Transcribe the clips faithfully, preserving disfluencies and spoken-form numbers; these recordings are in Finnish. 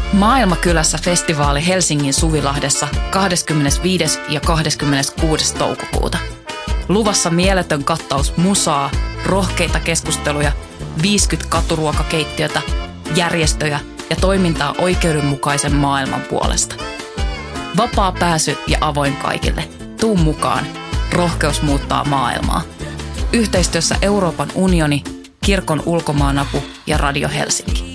Maailmakylässä festivaali Helsingin Suvilahdessa kahdeskymmenesviides ja kahdeskymmeneskuudes toukokuuta. Luvassa mieletön kattaus musaa, rohkeita keskusteluja, viisikymmentä katuruokakeittiötä, järjestöjä ja toimintaa oikeudenmukaisen maailman puolesta. Vapaa pääsy ja avoin kaikille. Tuu mukaan. Rohkeus muuttaa maailmaa. Yhteistyössä Euroopan unioni, Kirkon ulkomaanapu ja Radio Helsinki.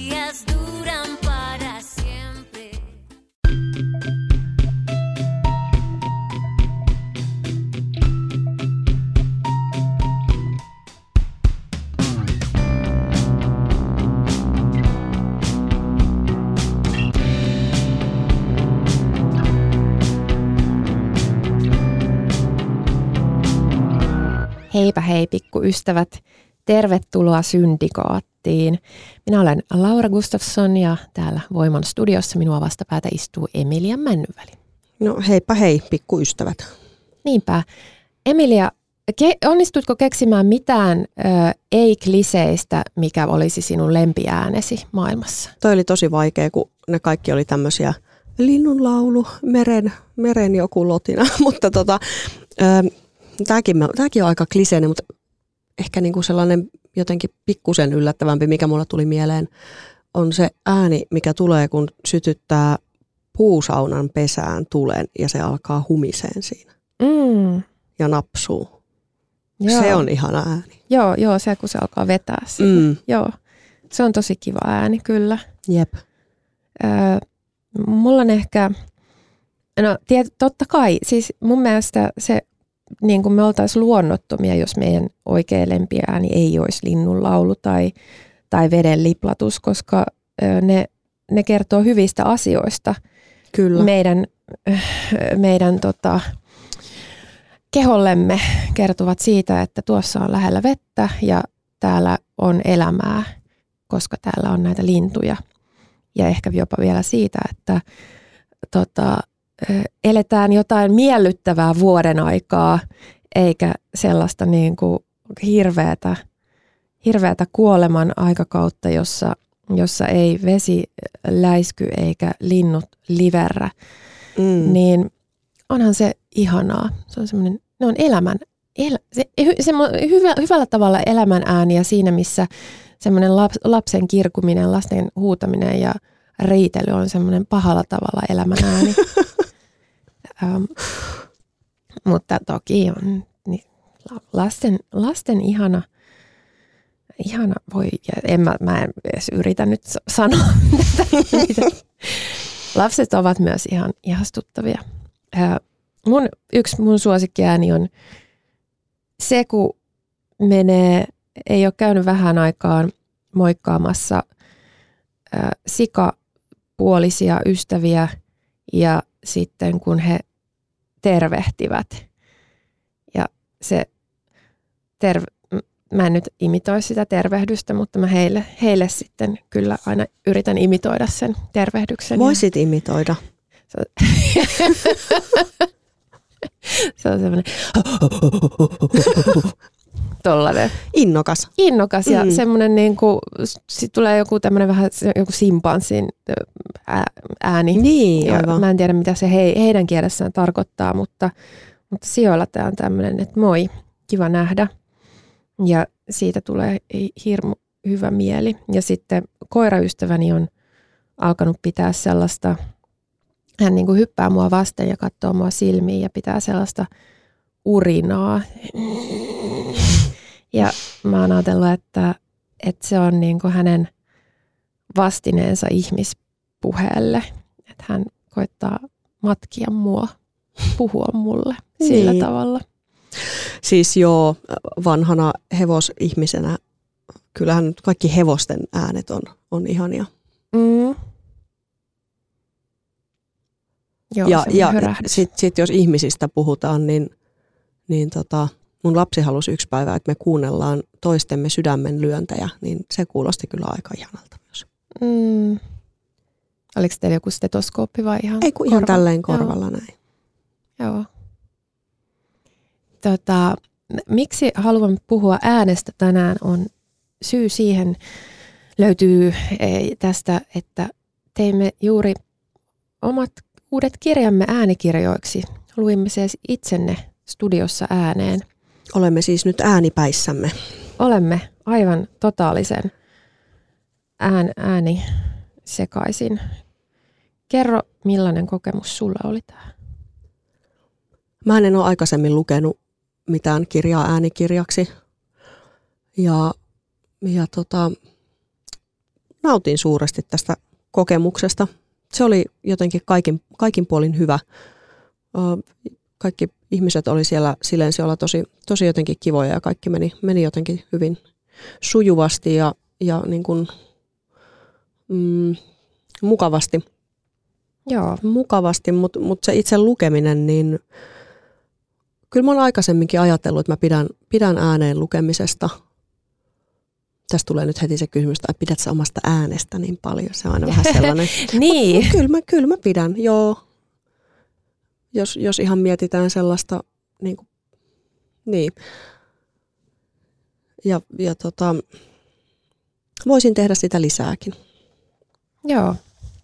Heipä hei pikkuystävät, tervetuloa Syndikaattiin. Minä olen Laura Gustafsson ja täällä Voiman studiossa minua vastapäätä istuu Emilia Männyväli. No heipä hei pikkuystävät. Niinpä. Emilia, ke- onnistutko keksimään mitään ö, ei-kliseistä, mikä olisi sinun lempiäänesi maailmassa? Toi oli tosi vaikea, kun ne kaikki oli tämmöisiä linnunlaulu, meren, meren joku lotina, mutta tota... Ö, Tämäkin, tämäkin on aika kliseinen, mutta ehkä niinku sellainen jotenkin pikkusen yllättävämpi, mikä mulla tuli mieleen, on se ääni, mikä tulee, kun sytyttää puusaunan pesään tulen ja se alkaa humiseen siinä. Mm. Ja napsuu. Joo. Se on ihana ääni. Joo, joo, se kun se alkaa vetää siinä. Mm. Joo, se on tosi kiva ääni, kyllä. Jep. Öö, mulla on ehkä, no tiet, totta kai, siis mun mielestä se, niin kuin me oltaisiin luonnottomia, jos meidän oikea lempiääni ei olisi linnunlaulu tai, tai veden liplatus, koska ne, ne kertoo hyvistä asioista. Kyllä. Meidän, meidän tota, kehollemme kertovat siitä, että tuossa on lähellä vettä ja täällä on elämää, koska täällä on näitä lintuja. Ja ehkä jopa vielä siitä, että tota, eletään jotain miellyttävää vuoden aikaa, eikä sellaista niin kuin hirveätä, hirveätä kuoleman aikakautta, jossa, jossa ei vesi läisky eikä linnut liverrä. Mm. Niin onhan se ihanaa. Se on semmoinen, ne on elämän, el, se, se, hyvä, hyvällä tavalla elämän ääniä siinä, missä semmoinen laps, lapsen kirkuminen, lasten huutaminen ja riitely on semmoinen pahalla tavalla elämän ääni. Um, mutta toki on niin, lasten, lasten ihana, ihana voi, en mä, mä en edes yritä nyt sanoa tätä. Lapset ovat myös ihan ihastuttavia. Uh, mun, yksi mun suosikkiääni on se, kun menee, ei ole käynyt vähän aikaan moikkaamassa uh, sikapuolisia ystäviä ja sitten kun he tervehtivät ja se terve, mä en nyt imitoi sitä tervehdystä, mutta mä heille, heille sitten kyllä aina yritän imitoida sen tervehdyksen. Voisit ja imitoida. Se on, se on semmoinen tollainen. Innokas. Innokas ja mm. semmoinen niin kuin, sit tulee joku tämmöinen vähän joku simpanssin ääni. Niin, aivan. Mä en tiedä, mitä se he, heidän kielessään tarkoittaa, mutta, mutta sijoilla tämä on tämmöinen, että moi, kiva nähdä. Ja siitä tulee hirmu hyvä mieli. Ja sitten koiraystäväni on alkanut pitää sellaista, hän niin kuin hyppää mua vasten ja katsoo mua silmiin ja pitää sellaista urinaa. Ja mä oon ajatellut, että, että se on niin kuin hänen vastineensa ihmispuheelle. Että hän koittaa matkia mua, puhua mulle sillä niin. tavalla. Siis joo, vanhana hevosihmisenä, kyllähän kaikki hevosten äänet on, on ihania. Mm. Joo, ja ja sitten sit jos ihmisistä puhutaan, niin, niin tota, mun lapsi halusi yksi päivä, että me kuunnellaan toistemme sydämen lyöntejä, niin se kuulosti kyllä aika ihanalta myös. Mm. Oliko teillä joku stetoskooppi vai ihan Ei kun ihan tälleen korvalla. Joo. Näin. Joo. Tota, miksi haluan puhua äänestä tänään on syy siihen löytyy tästä, että teimme juuri omat uudet kirjamme äänikirjoiksi. Luimme siis itsenne studiossa ääneen. Olemme siis nyt äänipäissämme. Olemme aivan totaalisen ään, ääni sekaisin. Kerro, millainen kokemus sulla oli tämä? Mä en ole aikaisemmin lukenut mitään kirjaa äänikirjaksi. Ja, ja tota, nautin suuresti tästä kokemuksesta. Se oli jotenkin kaikin, kaikin puolin hyvä. Kaikki ihmiset oli siellä Silensiolla tosi, tosi jotenkin kivoja ja kaikki meni, meni jotenkin hyvin sujuvasti ja, ja niin kuin, mm, mukavasti. Joo. Mukavasti, mutta mut se itse lukeminen, niin kyllä mä oon aikaisemminkin ajatellut, että mä pidän, pidän ääneen lukemisesta. Tästä tulee nyt heti se kysymys, että pidät sä omasta äänestä niin paljon. Se on aina vähän sellainen. Niin. Mut, mut kyllä, mä, kyllä mä pidän, joo. Jos, jos ihan mietitään sellaista, niin, kuin, niin. Ja, ja tota, voisin tehdä sitä lisääkin. Joo.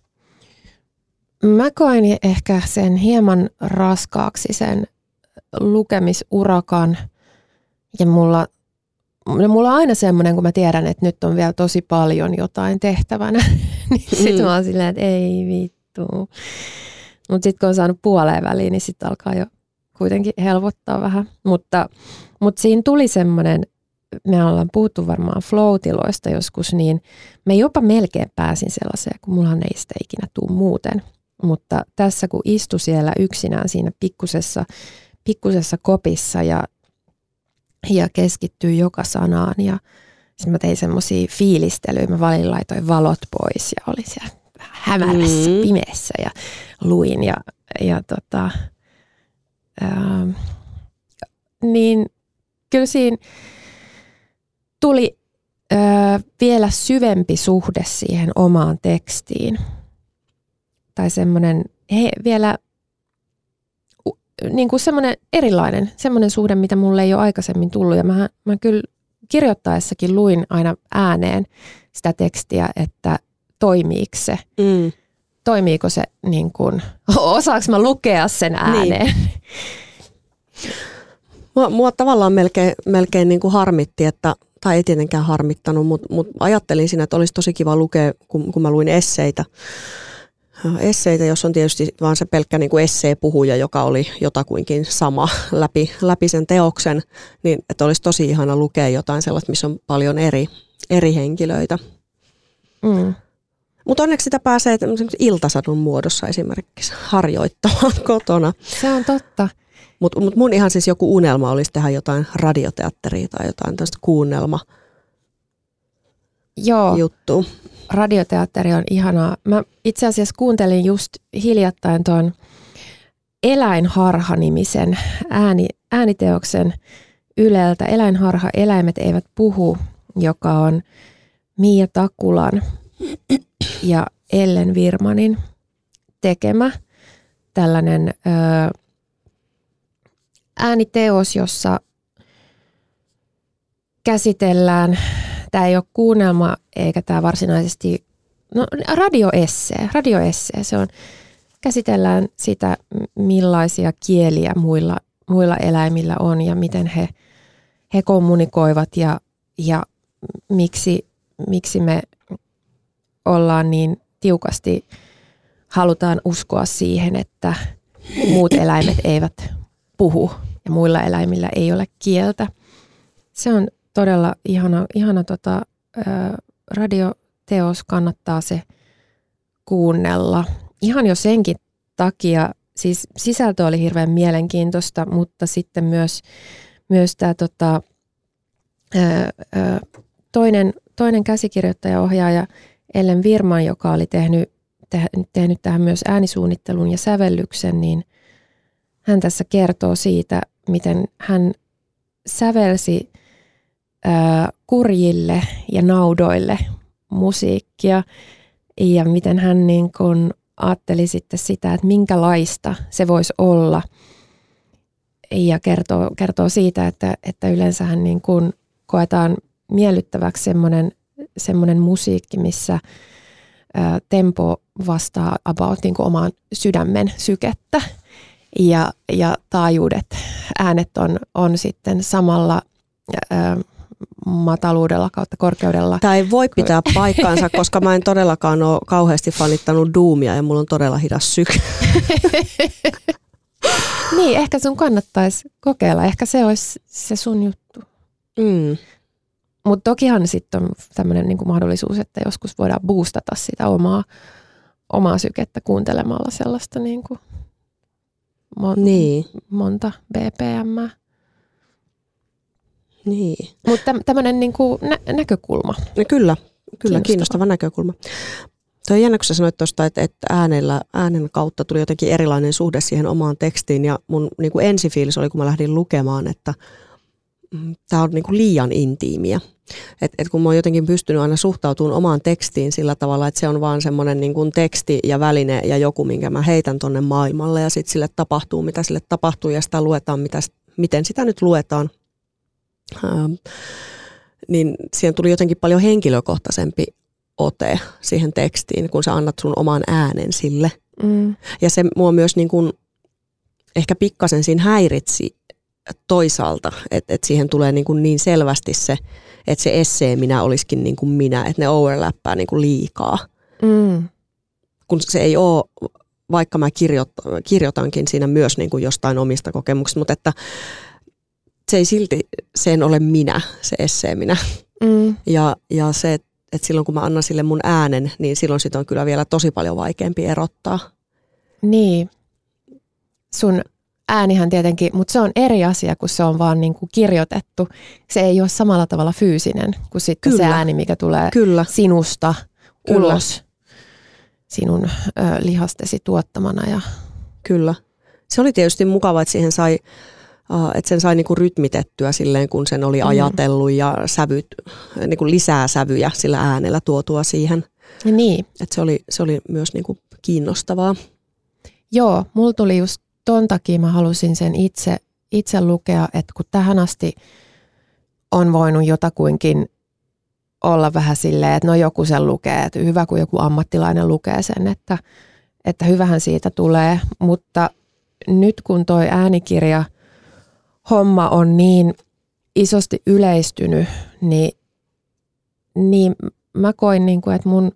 Mä koin ehkä sen hieman raskaaksi sen lukemisurakan ja mulla, mulla on aina semmoinen, kun mä tiedän, että nyt on vielä tosi paljon jotain tehtävänä, niin sit mm. mä oon silleen, että ei vittu. Mutta sitten kun on saanut puoleen väliin, niin sitten alkaa jo kuitenkin helpottaa vähän. Mutta, mutta siinä tuli semmoinen, me ollaan puhuttu varmaan flow-tiloista joskus, niin me jopa melkein pääsin sellaiseen, kun mullahan ei sitä ikinä tule muuten. Mutta tässä kun istui siellä yksinään siinä pikkusessa, pikkusessa kopissa ja, ja keskittyy joka sanaan ja sitten mä tein semmoisia fiilistelyjä, mä valin laitoin valot pois ja olin siellä hämärässä, mm. pimeässä ja luin ja, ja tota, ää, niin kyllä siinä tuli ää, vielä syvempi suhde siihen omaan tekstiin. Tai semmoinen he, vielä niin kuin semmoinen erilainen, semmoinen suhde, mitä mulle ei ole aikaisemmin tullut. Ja mä, mä kyllä kirjoittaessakin luin aina ääneen sitä tekstiä, että toimiiko se, mm. toimiiko se niin kuin, osaanko mä lukea sen ääneen. Niin. Mua, mua tavallaan melkein, melkein niin kuin harmitti, että, tai ei tietenkään harmittanut, mutta, mutta ajattelin siinä, että olisi tosi kiva lukea, kun, kun mä luin esseitä. Esseitä, jos on tietysti vaan se pelkkä niin kuin essee-puhuja, joka oli jotakuinkin sama läpi, läpi sen teoksen, niin että olisi tosi ihana lukea jotain sellaista, missä on paljon eri, eri henkilöitä. Mm. Mutta onneksi sitä pääsee iltasadun muodossa esimerkiksi harjoittamaan kotona. Se on totta. Mutta mut mun ihan siis joku unelma olisi tehdä jotain radioteatteria tai jotain tällaista kuunnelma Joo. juttua. Radioteatteri on ihanaa. Mä itse asiassa kuuntelin just hiljattain tuon Eläinharha-nimisen ääni, ääniteoksen Yleltä. Eläinharha, eläimet eivät puhu, joka on Miia Takulan ja Ellen Virmanin tekemä tällainen ö, ääniteos, jossa käsitellään, tämä ei ole kuunnelma eikä tämä varsinaisesti, no radioessee, radioessee, se on, käsitellään sitä, millaisia kieliä muilla, muilla eläimillä on ja miten he, he kommunikoivat ja, ja miksi, miksi me ollaan niin tiukasti, halutaan uskoa siihen, että muut eläimet eivät puhu ja muilla eläimillä ei ole kieltä. Se on todella ihana, ihana tota, ä, radioteos, kannattaa se kuunnella. Ihan jo senkin takia, siis sisältö oli hirveän mielenkiintoista, mutta sitten myös, myös tämä tota, toinen, toinen käsikirjoittaja-ohjaaja Ellen Virman, joka oli tehnyt, te, tehnyt tähän myös äänisuunnittelun ja sävellyksen, niin hän tässä kertoo siitä, miten hän sävelsi ää, kurjille ja naudoille musiikkia ja miten hän niin kun ajatteli sitten sitä, että minkälaista se voisi olla. Ja kertoo, kertoo siitä, että, että yleensä hän niin kun koetaan miellyttäväksi semmoinen, semmoinen musiikki, missä ää, tempo vastaa about niin kuin omaan sydämen sykettä ja, ja taajuudet, äänet on, on sitten samalla ää, mataluudella kautta korkeudella. Tämä ei voi pitää paikkaansa, koska mä en todellakaan ole kauheasti fanittanut doomia ja mulla on todella hidas syke. Niin, ehkä sun kannattaisi kokeilla. Ehkä se olisi se sun juttu. Mm. Mutta tokihan sitten on tämmöinen niinku mahdollisuus, että joskus voidaan boostata sitä omaa, omaa sykettä kuuntelemalla sellaista niinku mon- niin. monta B P M. Niin. Mutta tämmöinen niinku nä- näkökulma. No kyllä, kyllä kiinnostava näkökulma. Tuo on jännä, kun sä sanoit tuosta, että, että äänellä, äänen kautta tuli jotenkin erilainen suhde siihen omaan tekstiin. Ja mun niin kuin ensifiilis oli, kun mä lähdin lukemaan, että mm, tämä on niin kuin liian intiimiä. Että et kun mä oon jotenkin pystynyt aina suhtautumaan omaan tekstiin sillä tavalla, että se on vaan semmoinen niin kuin teksti ja väline ja joku, minkä mä heitän tonne maailmalle. Ja sitten sille tapahtuu, mitä sille tapahtuu ja sitä luetaan, mitä, miten sitä nyt luetaan. Ähm, niin siihen tuli jotenkin paljon henkilökohtaisempi ote siihen tekstiin, kun sä annat sun oman äänen sille. Mm. Ja se mua myös niin kuin ehkä pikkasen siinä häiritsi toisaalta, että et siihen tulee niin, kuin niin selvästi se, että se essee minä olisikin niin kuin minä, että ne overlappaa niin kuin liikaa. Mm. Kun se ei ole, vaikka mä kirjoitan, kirjoitankin siinä myös niin kuin jostain omista kokemuksista, mutta että se ei silti sen ole minä, se essee minä. Mm. Ja, ja se, että silloin kun mä annan sille mun äänen, niin silloin sit on kyllä vielä tosi paljon vaikeampi erottaa. Niin. Sun äänihän tietenkin, mutta se on eri asia, kun se on vaan niin kuin kirjoitettu. Se ei ole samalla tavalla fyysinen kuin sitten kyllä. se ääni, mikä tulee kyllä. sinusta kyllä. ulos sinun ö, lihastesi tuottamana. Ja... Kyllä. Se oli tietysti mukava, että siihen sai... Että sen sai niinku rytmitettyä silleen, kun sen oli ajatellut ja sävyt, niinku lisää sävyjä sillä äänellä tuotua siihen. Niin. Että se oli, se oli myös niinku kiinnostavaa. Joo, mulla tuli just ton takia mä halusin sen itse, itse lukea, että kun tähän asti on voinut jotakuinkin olla vähän silleen, että no joku sen lukee, että hyvä kun joku ammattilainen lukee sen, että, että hyvähän siitä tulee. Mutta nyt kun toi äänikirja homma on niin isosti yleistynyt, niin, niin mä koin, niin kuin, että mun,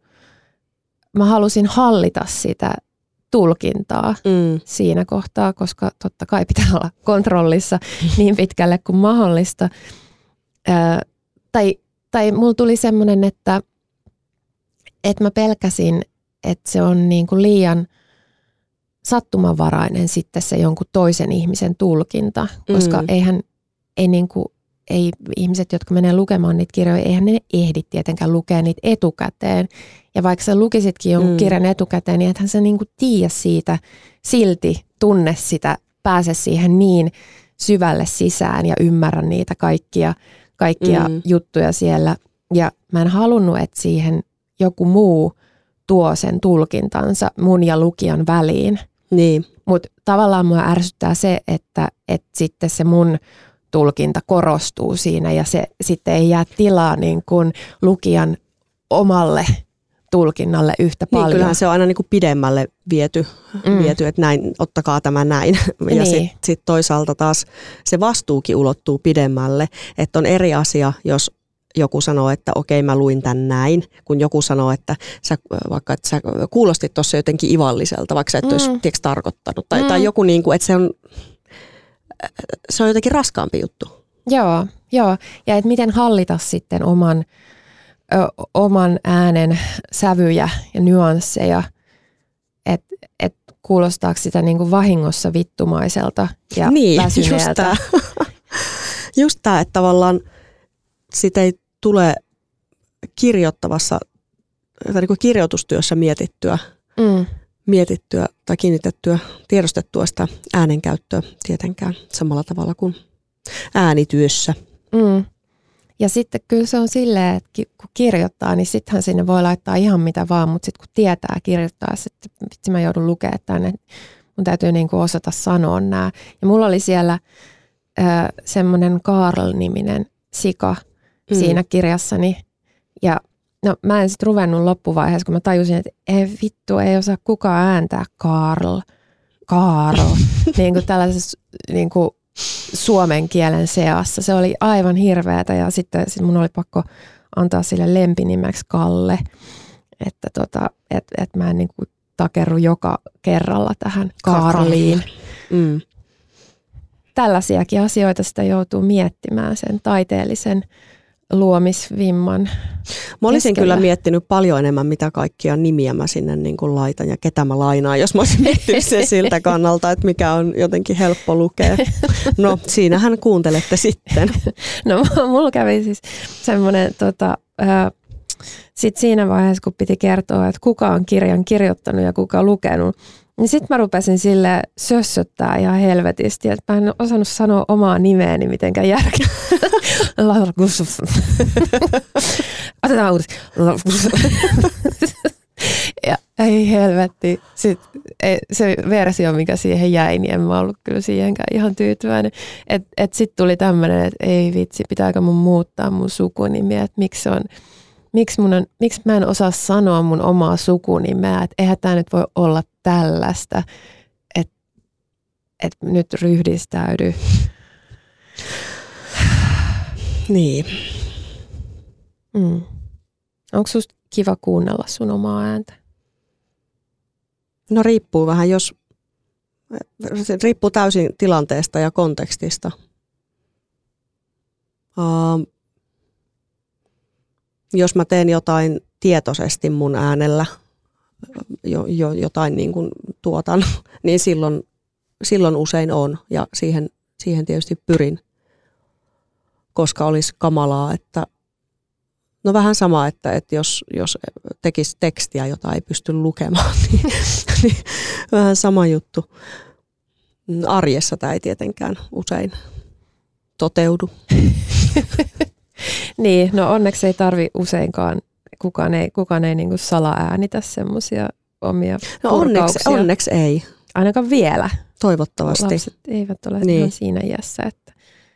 mä halusin hallita sitä tulkintaa mm. siinä kohtaa, koska totta kai pitää olla kontrollissa niin pitkälle kuin mahdollista. Ää, tai, tai mulla tuli semmoinen, että, että mä pelkäsin, että se on niin kuin liian sattumanvarainen sitten se jonkun toisen ihmisen tulkinta, koska mm. eihän ei, niin kuin, ei ihmiset, jotka menee lukemaan niitä kirjoja, eihän ne ehdi tietenkään lukea niitä etukäteen. Ja vaikka sä lukisitkin jonkun mm. kirjan etukäteen, niin ethän sä niin kuin tiedä siitä, silti tunne sitä, pääse siihen niin syvälle sisään ja ymmärrä niitä kaikkia, kaikkia mm. juttuja siellä. Ja mä en halunnut, että siihen joku muu tuo sen tulkintansa mun ja lukijan väliin. Niin. Mutta tavallaan mua ärsyttää se, että, että sitten se mun tulkinta korostuu siinä ja se sitten ei jää tilaa niin kuin lukijan omalle tulkinnalle yhtä paljon. Niin, kyllähän se on aina niin kuin pidemmälle viety, mm. viety, että näin, ottakaa tämä näin. Ja niin. sitten sit toisaalta taas se vastuukin ulottuu pidemmälle, että on eri asia, jos joku sanoo, että okei, mä luin tän näin, kun joku sanoo, että sä, vaikka että sä kuulostit tuossa jotenkin ivalliselta, vaikka sä et mm. olisi tiiäks, tarkoittanut. Tai, mm. tai joku, niin kuin, että se on, se on jotenkin raskaampi juttu. Joo, joo. Ja että miten hallita sitten oman, ö, oman äänen sävyjä ja nyansseja, että et kuulostaako sitä niin kuin vahingossa vittumaiselta ja niin, väsyneeltä. Just tämä, just tämä, että tavallaan sitä ei tule kirjoittavassa tai niin kuin kirjoitustyössä mietittyä, mm. mietittyä tai kiinnitettyä, tiedostettua sitä äänenkäyttöä tietenkään samalla tavalla kuin äänityössä. Mm. Ja sitten kyllä se on silleen, että kun kirjoittaa, niin sittenhän sinne voi laittaa ihan mitä vaan, mutta sitten kun tietää kirjoittaa, että vitsi mä joudun lukemaan tänne, mun täytyy niin kuin osata sanoa nämä. Ja mulla oli siellä äh, semmoinen Karl-niminen sika mm. siinä kirjassani. Ja no mä en sitten ruvennut loppuvaiheessa, kun mä tajusin, että ei vittu, ei osaa kukaan ääntää Karl, Karl, niin kuin tällaisessa niin kuin suomen kielen seassa. Se oli aivan hirveätä ja sitten sit mun oli pakko antaa sille lempinimeksi Kalle, että tota, et, et mä en niin kuin takerru joka kerralla tähän Karliin. Mm. Tällaisiakin asioita sitä joutuu miettimään sen taiteellisen luomisvimman Mä olisin keskellä. kyllä miettinyt paljon enemmän, mitä kaikkia nimiä mä sinne niin kuin laitan ja ketä mä lainaan, jos mä olisin miettinyt sen siltä kannalta, että mikä on jotenkin helppo lukea. No, siinähän kuuntelette sitten. No, mulla kävi siis semmoinen, tota, äh, sit siinä vaiheessa, kun piti kertoa, että kuka on kirjan kirjoittanut ja kuka on lukenut, niin sitten mä rupesin sille sössöttää ihan helvetisti, että mä en osannut sanoa omaa nimeäni mitenkään järkeä. Laura Gustafsson. Otetaan uudestaan. Ja ei helvetti. Sitten se versio, mikä siihen jäi, niin en mä ollut kyllä siihenkään ihan tyytyväinen. Että et sitten tuli tämmöinen, että ei vitsi, pitääkö mun muuttaa mun sukunimiä, että miksi on... Miksi, mun on, miksi mä en osaa sanoa mun omaa sukunimeä, että eihän tämä nyt voi olla tällaista, että et nyt ryhdistäydy. Niin. Mm. Onko susta kiva kuunnella sun omaa ääntä? No riippuu vähän, jos se riippuu täysin tilanteesta ja kontekstista. Uh, Jos mä teen jotain tietoisesti mun äänellä, jo, jo, jotain niin kuin tuotan, niin silloin, silloin usein on ja siihen, siihen tietysti pyrin, koska olisi kamalaa, että no vähän sama, että, että jos, jos tekisi tekstiä, jota ei pysty lukemaan, niin, niin vähän sama juttu. Arjessa tämä ei tietenkään usein toteudu. Niin, no onneksi ei tarvi useinkaan, kukaan ei, kukaan ei niinku salaäänitä semmoisia omia no onneksi, onneksi ei. Ainakaan vielä. Toivottavasti. Lapset eivät ole niin. ihan siinä iässä, että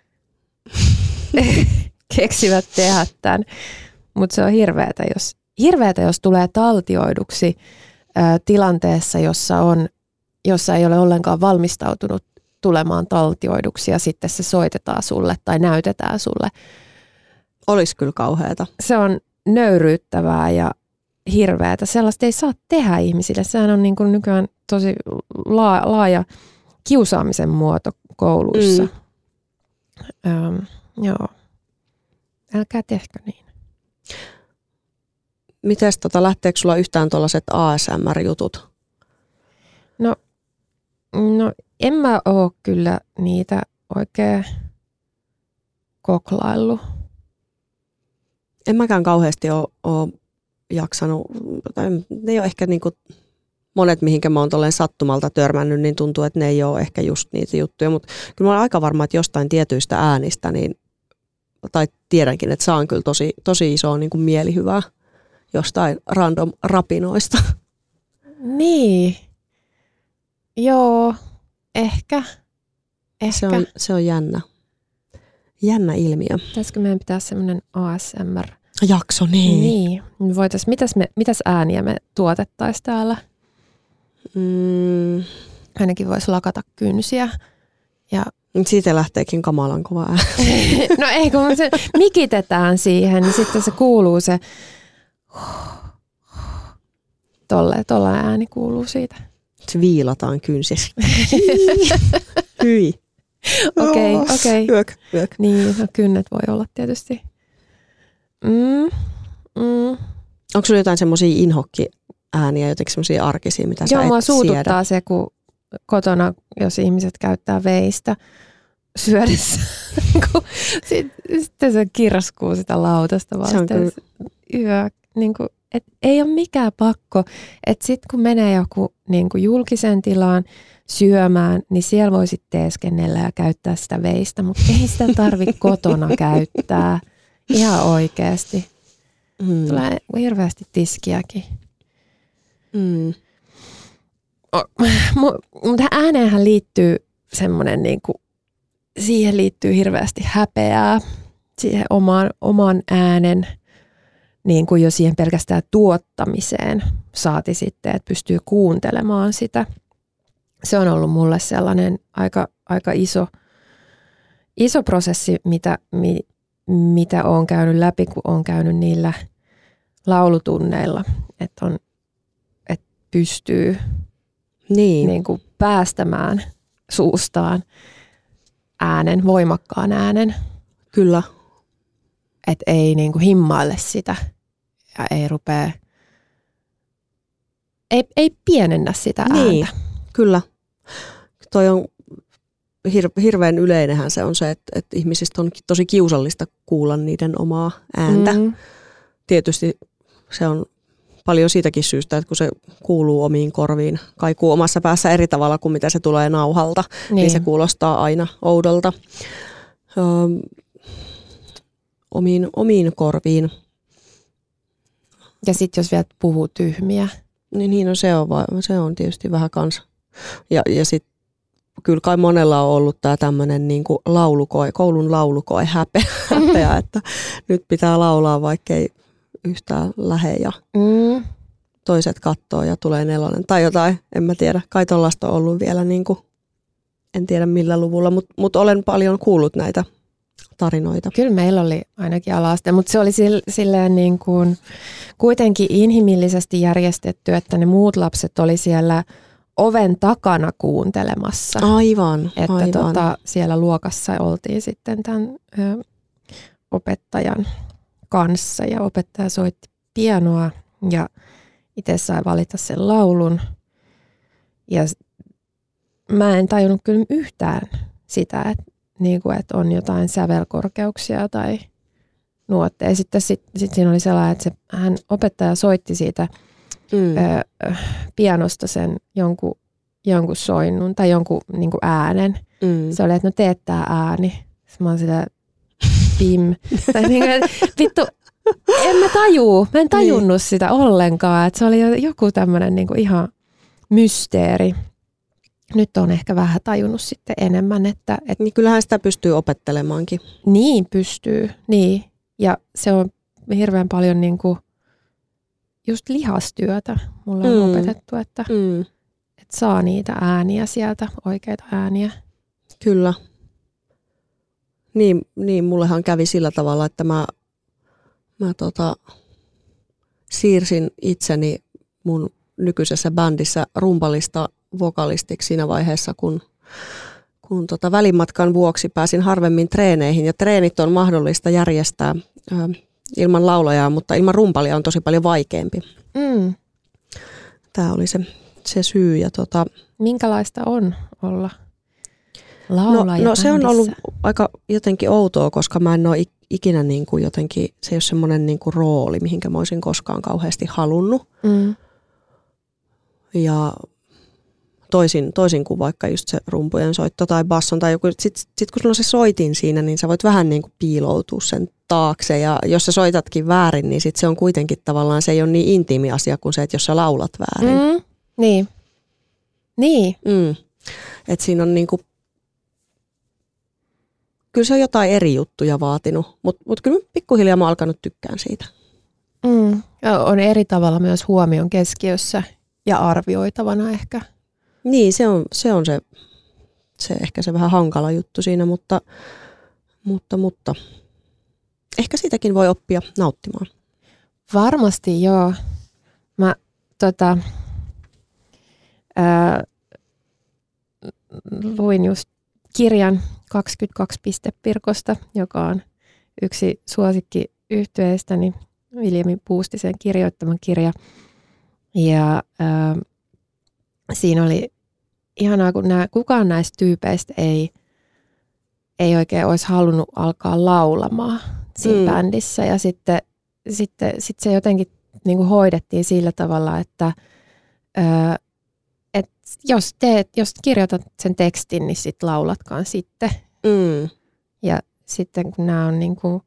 keksivät tehdä tämän. Mutta se on hirveätä, jos, hirveätä, jos tulee taltioiduksi ää, tilanteessa, jossa, on, jossa ei ole ollenkaan valmistautunut tulemaan taltioiduksi ja sitten se soitetaan sulle tai näytetään sulle. Olisi kyllä kauheata. Se on nöyryyttävää ja hirveätä. Sellaista ei saa tehdä ihmisille. Sehän on niin kuin nykyään tosi laaja kiusaamisen muoto kouluissa. Mm. Öm, joo. Älkää tehkö niin. Mites tota, lähteekö sulla yhtään tuollaiset A S M R-jutut? No, no en mä oo kyllä niitä oikein koklaillut. En mäkään kauheasti ole, ole jaksanut, tai ne ei ole ehkä niin kuin monet, mihinkä mä oon tolleen sattumalta törmännyt, niin tuntuu, että ne ei ole ehkä just niitä juttuja, mutta kyllä mä olen aika varma, että jostain tietyistä äänistä, niin, tai tiedänkin, että saan kyllä tosi, tosi isoa niin kuin mielihyvää jostain random rapinoista. Niin, joo, ehkä, ehkä. Se on, se on jännä. Jännä ilmiö. Pitäisikö meidän pitää semmoinen A S M R? Jakso, niin. Niin. Voitais, mitäs, me, mitäs ääniä me tuotettaisiin täällä? Mm. Ainakin voisi lakata kynsiä. Ja... Siitä lähteekin kamalan kova ääni. No ei, kun se mikitetään siihen, niin sitten se kuuluu se... Tolle, tolla ääni kuuluu siitä. Se viilataan kynsissä. Hyi. Okei, okay, okei. Okay. Yök, yök. Niin, no kynnet voi olla tietysti. Mm, mm. Onko sulla jotain semmoisia inhokki-ääniä, jotenkin semmoisia arkisia, mitä Joo, sä et mua suututtaa siedä? se, kun kotona, jos ihmiset käyttää veistä syödessä, sitten sit se kirskuu sitä lautasta vasten. Kyllä... Yö, niin kuin, et ei ole mikään pakko, että sitten kun menee joku niin kuin julkisen tilaan syömään, niin siellä voi sitten teeskennellä ja käyttää sitä veistä, mutta ei sitä tarvitse kotona käyttää ihan oikeasti. Mm. Tulee hirveästi tiskiäkin. Mm. Mutta ääneenhän liittyy semmoinen, niin kuin, siihen liittyy hirveästi häpeää, siihen oman, oman äänen niin kuin jo siihen pelkästään tuottamiseen saati sitten, että pystyy kuuntelemaan sitä. Se on ollut mulle sellainen aika, aika iso, iso prosessi, mitä, mi, mitä olen käynyt läpi, kun olen käynyt niillä laulutunneilla, että, on, että pystyy niin. Niin kuin päästämään suustaan äänen, voimakkaan äänen. Kyllä. Että ei niin kuin himmaile sitä ja ei rupea, ei, ei pienennä sitä ääntä. Niin, kyllä. Toi on hir- hirveän yleinenhän se on se, että, että ihmisistä on tosi kiusallista kuulla niiden omaa ääntä. Mm. Tietysti se on paljon siitäkin syystä, että kun se kuuluu omiin korviin, kaikuu omassa päässä eri tavalla kuin mitä se tulee nauhalta, niin, niin se kuulostaa aina oudolta. Öm, Omiin, omiin korviin. Ja sitten jos vielä puhuu tyhmiä. Niin, niin no se, on, se on tietysti vähän kans. Ja, ja sitten kyllä kai monella on ollut tämä tämmöinen niinku laulukoe, koulun laulukoe häpeä, häpeä että nyt pitää laulaa vaikkei yhtään lähe ja mm. toiset kattoo ja tulee nelonen tai jotain, en mä tiedä. Kai tollaista on ollut vielä, niinku, en tiedä millä luvulla, mutta mut olen paljon kuullut näitä tarinoita. Kyllä meillä oli ainakin ala-aste, mutta se oli silleen niin kuin kuitenkin inhimillisesti järjestetty, että ne muut lapset oli siellä oven takana kuuntelemassa. Aivan, että aivan. Tota, siellä luokassa oltiin sitten tämän ö, opettajan kanssa ja opettaja soitti pianoa ja itse sai valita sen laulun. Ja mä en tajunnut kyllä yhtään sitä, että niin kuin, että on jotain sävelkorkeuksia tai nuotteja. Sitten sit, sit siinä oli sellainen, että se, hän opettaja soitti siitä mm. ö, pianosta sen jonkun, jonkun soinnun tai jonkun niin kuin äänen. Mm. Se oli, että no teet tää ääni. Sitten mä oon sillä pim. tai niin kuin, vittu, en mä tajuu. Mä en tajunnut niin. sitä ollenkaan. Että se oli joku tämmöinen niin kuin ihan mysteeri. Nyt on ehkä vähän tajunnut sitten enemmän, että... että niin kyllähän sitä pystyy opettelemaankin. Niin, pystyy. Niin. Ja se on hirveän paljon niin kuin just lihastyötä. Mulla on mm. opetettu, että, mm. että saa niitä ääniä sieltä, oikeita ääniä. Kyllä. Niin, niin mullehan kävi sillä tavalla, että mä, mä tota, siirsin itseni mun nykyisessä bändissä rumpalista vokalistiksi siinä vaiheessa, kun, kun tota välimatkan vuoksi pääsin harvemmin treeneihin. Ja treenit on mahdollista järjestää ö, ilman laulajaa, mutta ilman rumpalia on tosi paljon vaikeampi. Mm. Tämä oli se, se syy. Ja tota, minkälaista on olla laulaja No, no se on ollut aika jotenkin outoa, koska mä en ole ikinä niin kuin jotenkin, se ei ole semmoinen niin kuin rooli, mihinkä mä olisin koskaan kauheasti halunnut. Mm. Ja toisin, toisin kuin vaikka just se rumpujen soitto tai basson tai joku. Sitten sit kun sulla on se soitin siinä, niin sä voit vähän niin kuin piiloutua sen taakse. Ja jos sä soitatkin väärin, niin sit se on kuitenkin tavallaan, se ei ole niin intiimi asia kuin se, että jos sä laulat väärin. Mm, niin. Niin. Mm. Että siinä on niin kuin, kyllä se on jotain eri juttuja vaatinut, mutta mut kyllä pikkuhiljaa mä oon alkanut tykkään siitä. Mm. On eri tavalla myös huomion keskiössä ja arvioitavana ehkä. Niin, se on se, on se, se ehkä se vähän hankala juttu siinä, mutta, mutta, mutta ehkä siitäkin voi oppia nauttimaan. Varmasti joo. Mä tota, ää, luin just kirjan kaksikymmentäkaksi piste Pirkosta, joka on yksi suosikki yhtyeestäni, Viljami Puustisen kirjoittama kirja. Ja ää, siinä oli ihanaa, kun nää, kukaan näistä tyypeistä ei, ei oikein olisi halunnut alkaa laulamaan siinä mm. bändissä. Ja sitten, sitten sit se jotenkin niin kuin hoidettiin sillä tavalla, että ää, et jos, teet, jos kirjoitat sen tekstin, niin sit laulatkaan sitten. Mm. Ja sitten kun nämä on niin kuin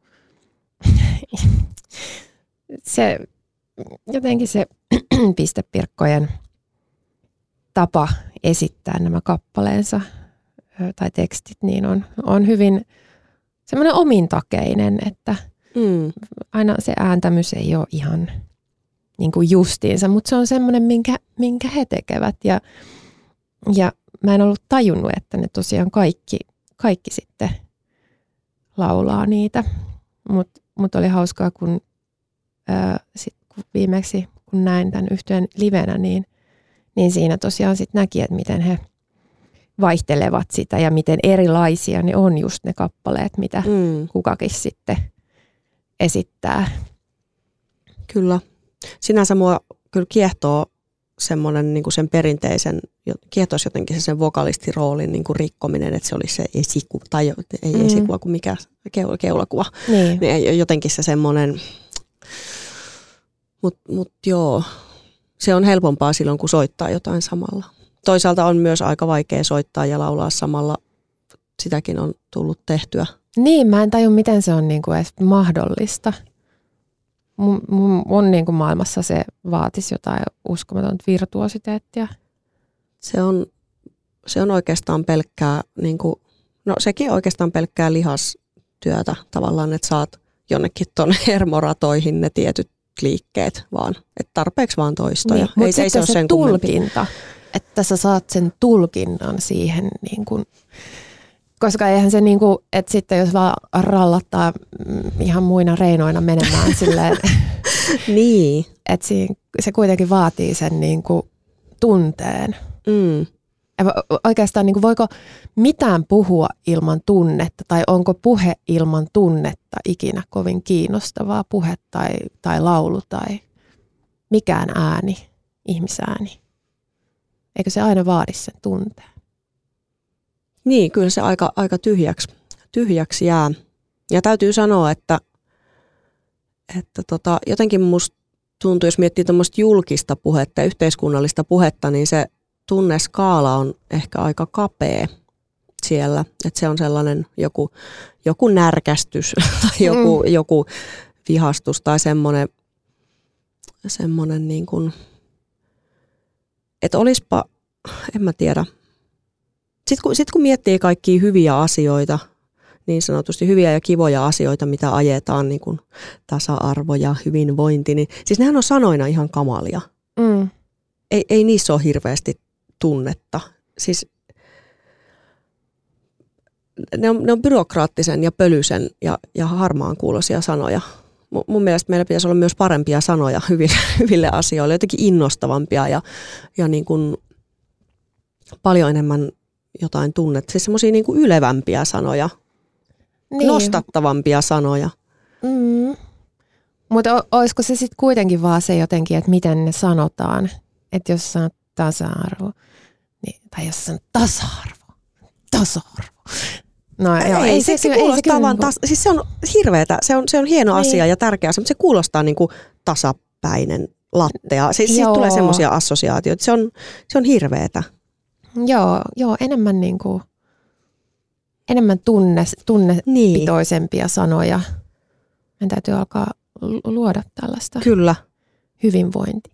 se, jotenkin se pistepirkkojen tapa esittää nämä kappaleensa tai tekstit, niin on, on hyvin semmoinen omintakeinen, että Mm. Aina se ääntämys ei ole ihan niin kuin justiinsa, mutta se on semmoinen, minkä, minkä he tekevät. Ja, ja mä en ollut tajunnut, että ne tosiaan kaikki, kaikki sitten laulaa niitä. Mutta mut oli hauskaa, kun, ää, sit, kun viimeksi kun näin tämän yhtyeen livenä, niin, niin siinä tosiaan sit näki, että miten he vaihtelevat sitä ja miten erilaisia ne on just ne kappaleet, mitä mm. kukakin sitten esittää. Kyllä. Sinänsä mua kyllä kiehtoo semmoinen niin kuin sen perinteisen, kiehtoisi jotenkin se sen vokalistiroolin niin kuin rikkominen, että se olisi se esikuva, tai ei mm. esikuva kuin mikä, keulakuva. Niin. niin jotenkin se semmoinen, mutta mut joo, se on helpompaa silloin, kun soittaa jotain samalla. Toisaalta on myös aika vaikea soittaa ja laulaa samalla, sitäkin on tullut tehtyä. Niin, mä en tajua, miten se on niin kuin edes mahdollista. Mun, mun, mun niin kuin maailmassa se vaatisi jotain uskomatonta virtuositeettia. Se on, se on oikeastaan pelkkää, niin kuin, no sekin oikeastaan pelkkää lihastyötä tavallaan, että saat jonnekin tuonne hermoratoihin ne tietyt liikkeet vaan, että tarpeeksi vaan toistoja. Niin, mutta ei, sitten ei se, se, se tulkinta, että sä saat sen tulkinnan siihen niin kuin, koska eihän se niin kuin, että sitten jos vaan rallattaa ihan muina reinoina menemään silleen, niin. että se kuitenkin vaatii sen niin kuin tunteen. Mm. Oikeastaan niin kuin, voiko mitään puhua ilman tunnetta tai onko puhe ilman tunnetta ikinä kovin kiinnostavaa puhe tai, tai laulu tai mikään ääni, ihmisääni? Eikö se aina vaadi sen tunteen? Niin, kyllä se aika, aika tyhjäksi, tyhjäksi jää. Ja täytyy sanoa, että, että tota, jotenkin musta tuntuu, jos miettii tuommoista julkista puhetta ja yhteiskunnallista puhetta, niin se tunneskaala on ehkä aika kapea siellä. Että se on sellainen joku, joku närkästys tai joku, mm. joku vihastus tai semmoinen, semmoinen niin kuin, että olispa, en mä tiedä. Sitten kun, sit kun miettii kaikkia hyviä asioita, niin sanotusti hyviä ja kivoja asioita, mitä ajetaan, niin kuin tasa-arvo ja hyvinvointi, niin siis nehän on sanoina ihan kamalia. Mm. Ei, ei niissä ole hirveästi tunnetta. Siis ne on, ne on byrokraattisen ja pölyisen ja, ja harmaan kuuloisia sanoja. M- mun mielestä meillä pitäisi olla myös parempia sanoja hyville, hyville asioille, jotenkin innostavampia ja, ja niin kuin paljon enemmän jotain tunnetta. Siis semmoisia niin kuin ylevämpiä sanoja, niin. Nostattavampia sanoja. Mm. Mutta olisiko se sitten kuitenkin vaan se jotenkin, että miten ne sanotaan? Että jos sanot tasa-arvo, niin, tai jos sanot tasa-arvo, tasa-arvo. No, ei, joo, ei, ei se, se, se, kuulostaa ei vaan, se, tas, siis se on hirveetä, se on, se on hieno niin. asia ja tärkeä asia, mutta se kuulostaa niin kuin tasapäinen lattea. Siis siitä tulee semmoisia assosiaatioita, se on, se on hirveetä. Joo, joo, enemmän niin kuin, enemmän tunne, tunnepitoisempia niin. sanoja. Meidän täytyy alkaa luoda tällaista. Kyllä. Hyvinvointi.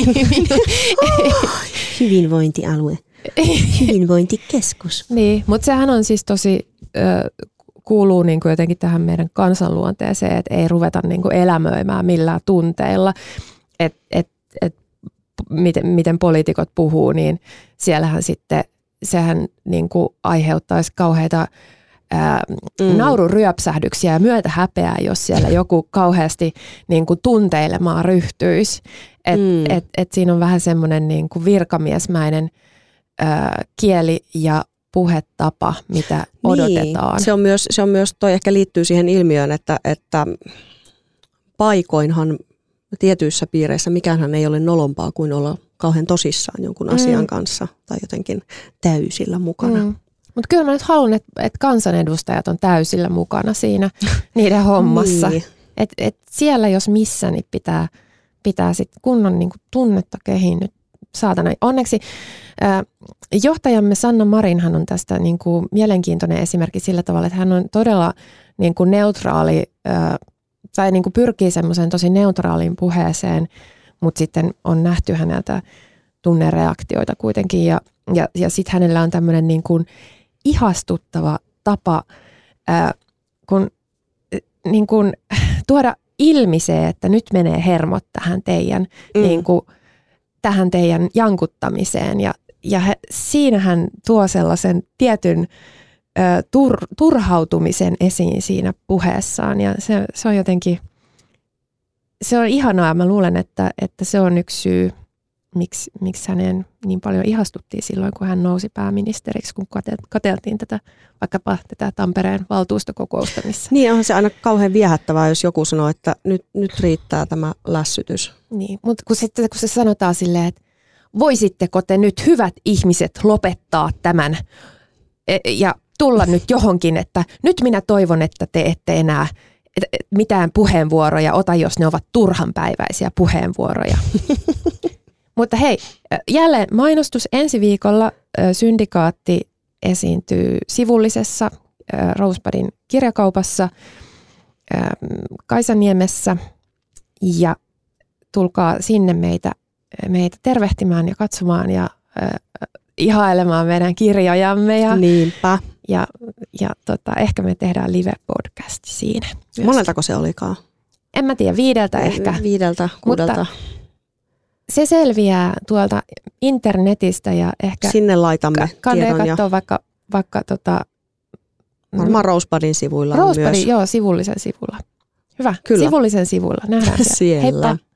Hyvinvointialue. Hyvinvointikeskus. Niin, mutta sehän on siis tosi, ö, kuuluu niin kuin jotenkin tähän meidän kansanluonteeseen, että ei ruveta niin kuin elämöimään millään tunteilla. Että et, et, miten, miten poliitikot puhuu, niin siellähän sitten, sehän niin kuin aiheuttaisi kauheita ää, mm. naururyöpsähdyksiä ja myötä häpeää, jos siellä joku kauheasti niin kuin tunteilemaan ryhtyisi. Että mm. et, et siinä on vähän semmoinen niin kuin virkamiesmäinen ää, kieli ja puhetapa, mitä niin. odotetaan. Se on myös, se on myös, toi ehkä liittyy siihen ilmiöön, että, että paikoinhan tietyissä piireissä mikäänhän ei ole nolompaa kuin olla kauhean tosissaan jonkun mm. asian kanssa tai jotenkin täysillä mukana. Mm. Mutta kyllä mä nyt haluan, että et kansanedustajat on täysillä mukana siinä niiden hommassa. Niin. Että et siellä jos missä, niin pitää, pitää sit kunnon niinku tunnetta kehinyt saatana. Onneksi äh, johtajamme Sanna Marinhan on tästä niinku mielenkiintoinen esimerkki sillä tavalla, että hän on todella niinku neutraali äh, tai niinku pyrkii semmoiseen tosi neutraaliin puheeseen, mutta sitten on nähty häneltä tunnereaktioita kuitenkin ja, ja, ja sitten hänellä on tämmöinen niinku ihastuttava tapa, ää, kun niin kuin tuoda ilmi se, että nyt menee hermot tähän teidän, mm. niin kuin, tähän teidän jankuttamiseen. Ja, ja he, siinä hän tuo sellaisen tietyn ö, tur, turhautumisen esiin siinä puheessaan. Ja se, se on jotenkin, se on ihanaa. Mä luulen, että, että se on yksi syy, miksi, miksi hänen niin paljon ihastuttiin silloin, kun hän nousi pääministeriksi, kun katseltiin tätä, vaikkapa tätä Tampereen valtuustokokousta. Missä... Niin, onhan se aina kauhean viehättävää, jos joku sanoo, että nyt, nyt riittää tämä lässytys. Niin, mutta kun, sitten, kun se sanotaan silleen, että voisitteko te nyt hyvät ihmiset lopettaa tämän ja tulla nyt johonkin, että nyt minä toivon, että te ette enää mitään puheenvuoroja ota, jos ne ovat turhanpäiväisiä puheenvuoroja. Mutta hei, jälleen mainostus ensi viikolla. Syndikaatti esiintyy Sivullisessa, Rosebudin kirjakaupassa, Kaisaniemessä ja tulkaa sinne meitä, meitä tervehtimään ja katsomaan ja ihailemaan meidän kirjojamme. Ja, Niinpä. Ja, ja tota, ehkä me tehdään live-podcast siinä. Myös. Moneltako se olikaan? En mä tiedä, viideltä ehkä. Viideltä, kuudelta. Mutta se selviää tuolta internetistä ja ehkä sinne laitamme kannattaa tiedon. katsoa vaikka, vaikka tota, varmaan Rosebudin sivuilla Rosebudin, myös. joo, Sivullisen sivulla. Hyvä, Kyllä. Sivullisen sivulla. Nähdään siellä. siellä. Heippa.